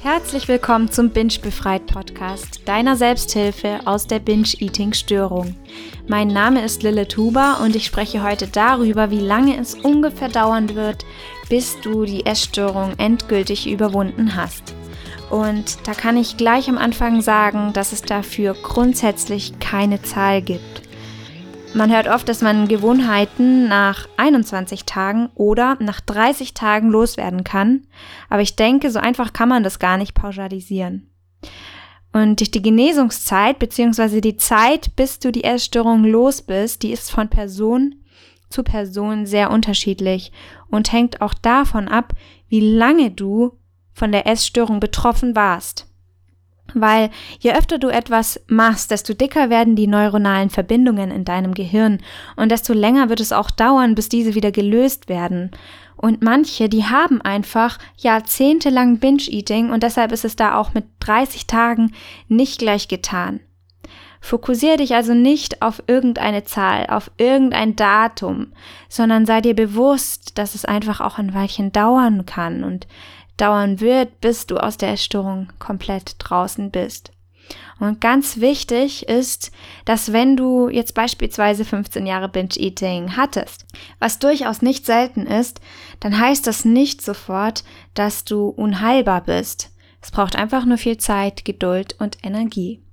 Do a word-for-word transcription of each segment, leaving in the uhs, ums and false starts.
Herzlich willkommen zum Binge Befreit Podcast, deiner Selbsthilfe aus der Binge-Eating-Störung. Mein Name ist Lilith Huber und ich spreche heute darüber, wie lange es ungefähr dauern wird, bis du die Essstörung endgültig überwunden hast. Und da kann ich gleich am Anfang sagen, dass es dafür grundsätzlich keine Zahl gibt. Man hört oft, dass man Gewohnheiten nach einundzwanzig Tagen oder nach dreißig Tagen loswerden kann, aber ich denke, so einfach kann man das gar nicht pauschalisieren. Und die Genesungszeit bzw. die Zeit, bis du die Essstörung los bist, die ist von Person zu Person sehr unterschiedlich und hängt auch davon ab, wie lange du von der Essstörung betroffen warst. Weil je öfter du etwas machst, desto dicker werden die neuronalen Verbindungen in deinem Gehirn und desto länger wird es auch dauern, bis diese wieder gelöst werden. Und manche, die haben einfach jahrzehntelang Binge-Eating und deshalb ist es da auch mit dreißig Tagen nicht gleich getan. Fokussiere dich also nicht auf irgendeine Zahl, auf irgendein Datum, sondern sei dir bewusst, dass es einfach auch ein Weilchen dauern kann und dauern wird, bis du aus der Essstörung komplett draußen bist. Und ganz wichtig ist, dass wenn du jetzt beispielsweise fünfzehn Jahre Binge-Eating hattest, was durchaus nicht selten ist, dann heißt das nicht sofort, dass du unheilbar bist. Es braucht einfach nur viel Zeit, Geduld und Energie.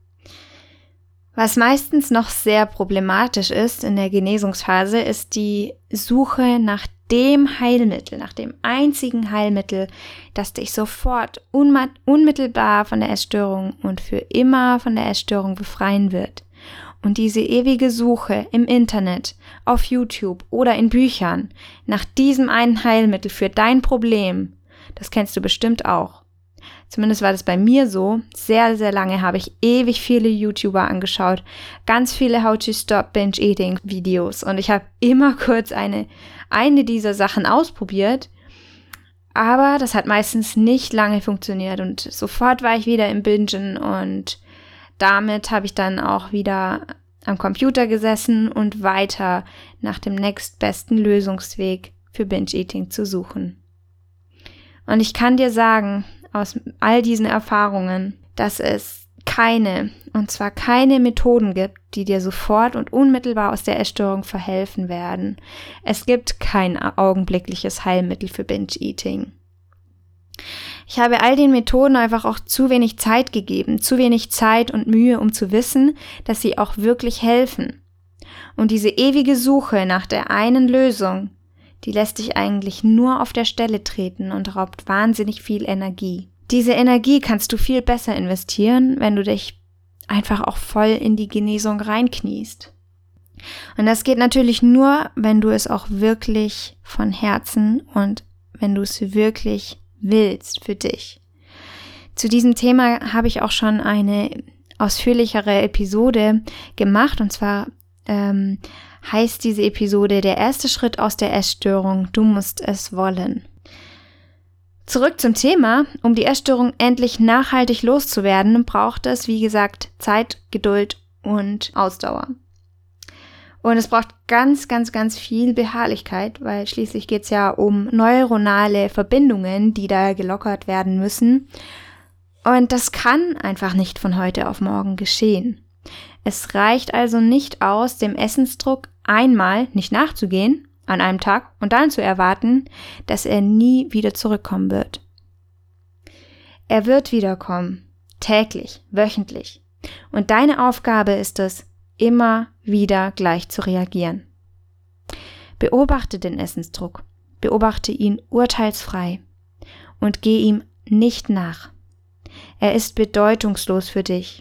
Was meistens noch sehr problematisch ist in der Genesungsphase, ist die Suche nach dem Heilmittel, nach dem einzigen Heilmittel, das dich sofort unma- unmittelbar von der Essstörung und für immer von der Essstörung befreien wird. Und diese ewige Suche im Internet, auf YouTube oder in Büchern nach diesem einen Heilmittel für dein Problem, das kennst du bestimmt auch. Zumindest war das bei mir so. Sehr, sehr lange habe ich ewig viele YouTuber angeschaut, ganz viele How to Stop Binge Eating Videos und ich habe immer kurz eine, eine dieser Sachen ausprobiert, aber das hat meistens nicht lange funktioniert und sofort war ich wieder im Bingen und damit habe ich dann auch wieder am Computer gesessen und weiter nach dem nächstbesten Lösungsweg für Binge Eating zu suchen. Und ich kann dir sagen, aus all diesen Erfahrungen, dass es keine, und zwar keine Methoden gibt, die dir sofort und unmittelbar aus der Essstörung verhelfen werden. Es gibt kein augenblickliches Heilmittel für Binge-Eating. Ich habe all den Methoden einfach auch zu wenig Zeit gegeben, zu wenig Zeit und Mühe, um zu wissen, dass sie auch wirklich helfen. Und diese ewige Suche nach der einen Lösung, die lässt dich eigentlich nur auf der Stelle treten und raubt wahnsinnig viel Energie. Diese Energie kannst du viel besser investieren, wenn du dich einfach auch voll in die Genesung reinkniest. Und das geht natürlich nur, wenn du es auch wirklich von Herzen und wenn du es wirklich willst für dich. Zu diesem Thema habe ich auch schon eine ausführlichere Episode gemacht und zwar ähm, heißt diese Episode der erste Schritt aus der Essstörung, du musst es wollen. Zurück zum Thema, um die Essstörung endlich nachhaltig loszuwerden, braucht es, wie gesagt, Zeit, Geduld und Ausdauer. Und es braucht ganz, ganz, ganz viel Beharrlichkeit, weil schließlich geht es ja um neuronale Verbindungen, die da gelockert werden müssen. Und das kann einfach nicht von heute auf morgen geschehen. Es reicht also nicht aus, dem Essensdruck einmal nicht nachzugehen, an einem Tag, und dann zu erwarten, dass er nie wieder zurückkommen wird. Er wird wiederkommen, täglich, wöchentlich. Und deine Aufgabe ist es, immer wieder gleich zu reagieren. Beobachte den Essensdruck, beobachte ihn urteilsfrei und geh ihm nicht nach. Er ist bedeutungslos für dich.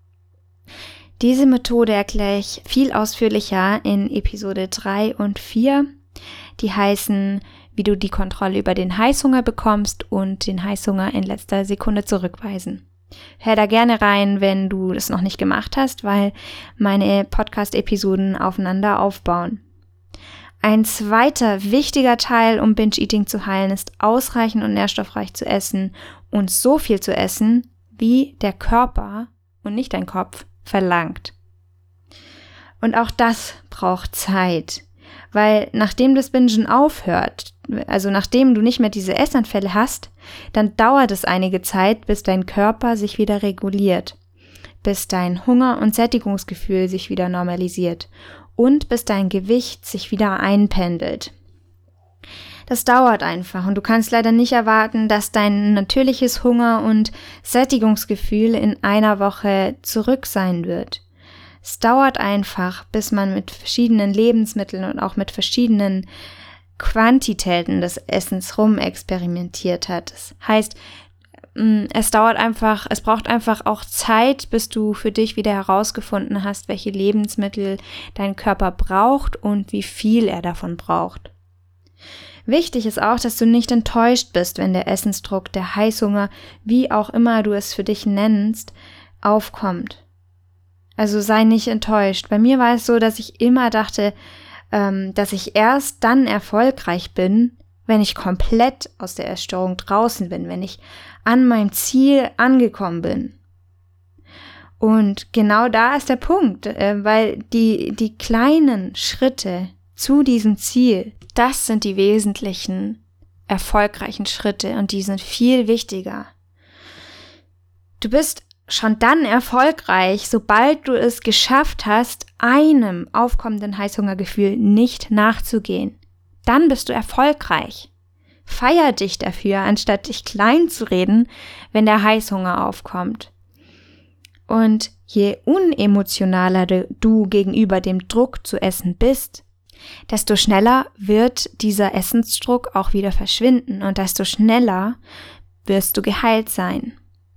Diese Methode erkläre ich viel ausführlicher in Episode drei und vier. Die heißen, wie du die Kontrolle über den Heißhunger bekommst und den Heißhunger in letzter Sekunde zurückweisen. Hör da gerne rein, wenn du das noch nicht gemacht hast, weil meine Podcast-Episoden aufeinander aufbauen. Ein zweiter wichtiger Teil, um Binge-Eating zu heilen, ist ausreichend und nährstoffreich zu essen und so viel zu essen, wie der Körper und nicht dein Kopf verlangt. Und auch das braucht Zeit, Weil nachdem das Bingen aufhört, also nachdem du nicht mehr diese Essanfälle hast, dann dauert es einige Zeit, bis dein Körper sich wieder reguliert, bis dein Hunger- und Sättigungsgefühl sich wieder normalisiert und bis dein Gewicht sich wieder einpendelt. Das dauert einfach und du kannst leider nicht erwarten, dass dein natürliches Hunger- und Sättigungsgefühl in einer Woche zurück sein wird. Es dauert einfach, bis man mit verschiedenen Lebensmitteln und auch mit verschiedenen Quantitäten des Essens rumexperimentiert hat. Das heißt, es dauert einfach, es braucht einfach auch Zeit, bis du für dich wieder herausgefunden hast, welche Lebensmittel dein Körper braucht und wie viel er davon braucht. Wichtig ist auch, dass du nicht enttäuscht bist, wenn der Essensdruck, der Heißhunger, wie auch immer du es für dich nennst, aufkommt. Also sei nicht enttäuscht. Bei mir war es so, dass ich immer dachte, ähm, dass ich erst dann erfolgreich bin, wenn ich komplett aus der Essstörung draußen bin, wenn ich an meinem Ziel angekommen bin. Und genau da ist der Punkt, äh, weil die, die kleinen Schritte zu diesem Ziel, das sind die wesentlichen, erfolgreichen Schritte und die sind viel wichtiger. Du bist schon dann erfolgreich, sobald du es geschafft hast, einem aufkommenden Heißhungergefühl nicht nachzugehen. Dann bist du erfolgreich. Feier dich dafür, anstatt dich klein zu reden, wenn der Heißhunger aufkommt. Und je unemotionaler du gegenüber dem Druck zu essen bist, desto schneller wird dieser Essensdruck auch wieder verschwinden und desto schneller wirst du geheilt sein.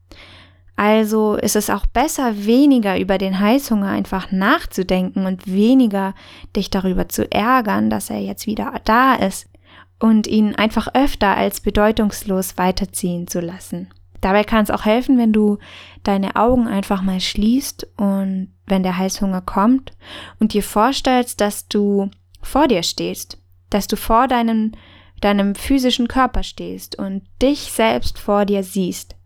Also ist es auch besser, weniger über den Heißhunger einfach nachzudenken und weniger dich darüber zu ärgern, dass er jetzt wieder da ist und ihn einfach öfter als bedeutungslos weiterziehen zu lassen. Dabei kann es auch helfen, wenn du deine Augen einfach mal schließt und wenn der Heißhunger kommt und dir vorstellst, dass du vor dir stehst, dass du vor deinem, deinem physischen Körper stehst und dich selbst vor dir siehst.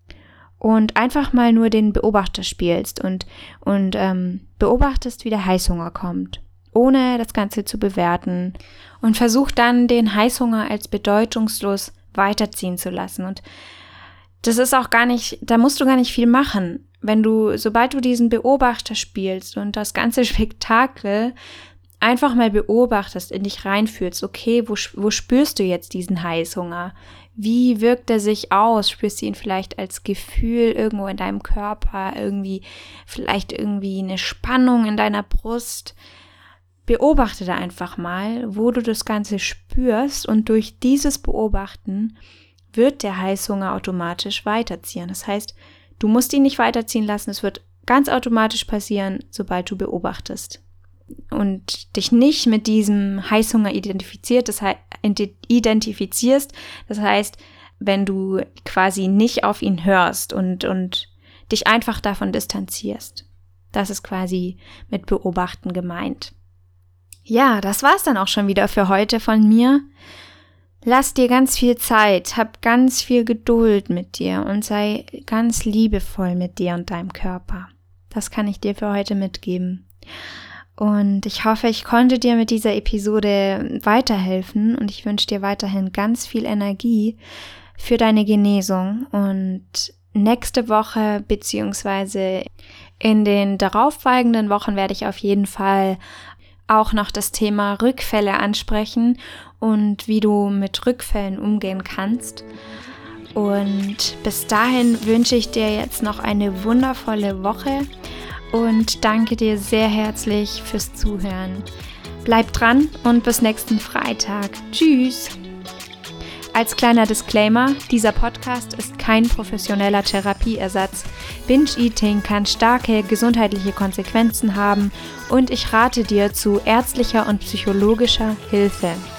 Und einfach mal nur den Beobachter spielst und, und ähm, beobachtest, wie der Heißhunger kommt, ohne das Ganze zu bewerten und versuch dann, den Heißhunger als bedeutungslos weiterziehen zu lassen. Und das ist auch gar nicht, da musst du gar nicht viel machen. Wenn du, sobald du diesen Beobachter spielst und das ganze Spektakel einfach mal beobachtest, in dich reinfühlst, okay, wo, wo spürst du jetzt diesen Heißhunger? Wie wirkt er sich aus? Spürst du ihn vielleicht als Gefühl irgendwo in deinem Körper, irgendwie, vielleicht irgendwie eine Spannung in deiner Brust? Beobachte da einfach mal, wo du das Ganze spürst und durch dieses Beobachten wird der Heißhunger automatisch weiterziehen. Das heißt, du musst ihn nicht weiterziehen lassen, es wird ganz automatisch passieren, sobald du beobachtest. Und dich nicht mit diesem Heißhunger identifiziert, das heißt, identifizierst, das heißt, wenn du quasi nicht auf ihn hörst und, und dich einfach davon distanzierst. Das ist quasi mit Beobachten gemeint. Ja, das war's dann auch schon wieder für heute von mir. Lass dir ganz viel Zeit, hab ganz viel Geduld mit dir und sei ganz liebevoll mit dir und deinem Körper. Das kann ich dir für heute mitgeben. Und ich hoffe, ich konnte dir mit dieser Episode weiterhelfen und ich wünsche dir weiterhin ganz viel Energie für deine Genesung. Und nächste Woche beziehungsweise in den darauffolgenden Wochen werde ich auf jeden Fall auch noch das Thema Rückfälle ansprechen und wie du mit Rückfällen umgehen kannst. Und bis dahin wünsche ich dir jetzt noch eine wundervolle Woche. Und danke dir sehr herzlich fürs Zuhören. Bleib dran und bis nächsten Freitag. Tschüss! Als kleiner Disclaimer, dieser Podcast ist kein professioneller Therapieersatz. Binge-Eating kann starke gesundheitliche Konsequenzen haben und ich rate dir zu ärztlicher und psychologischer Hilfe.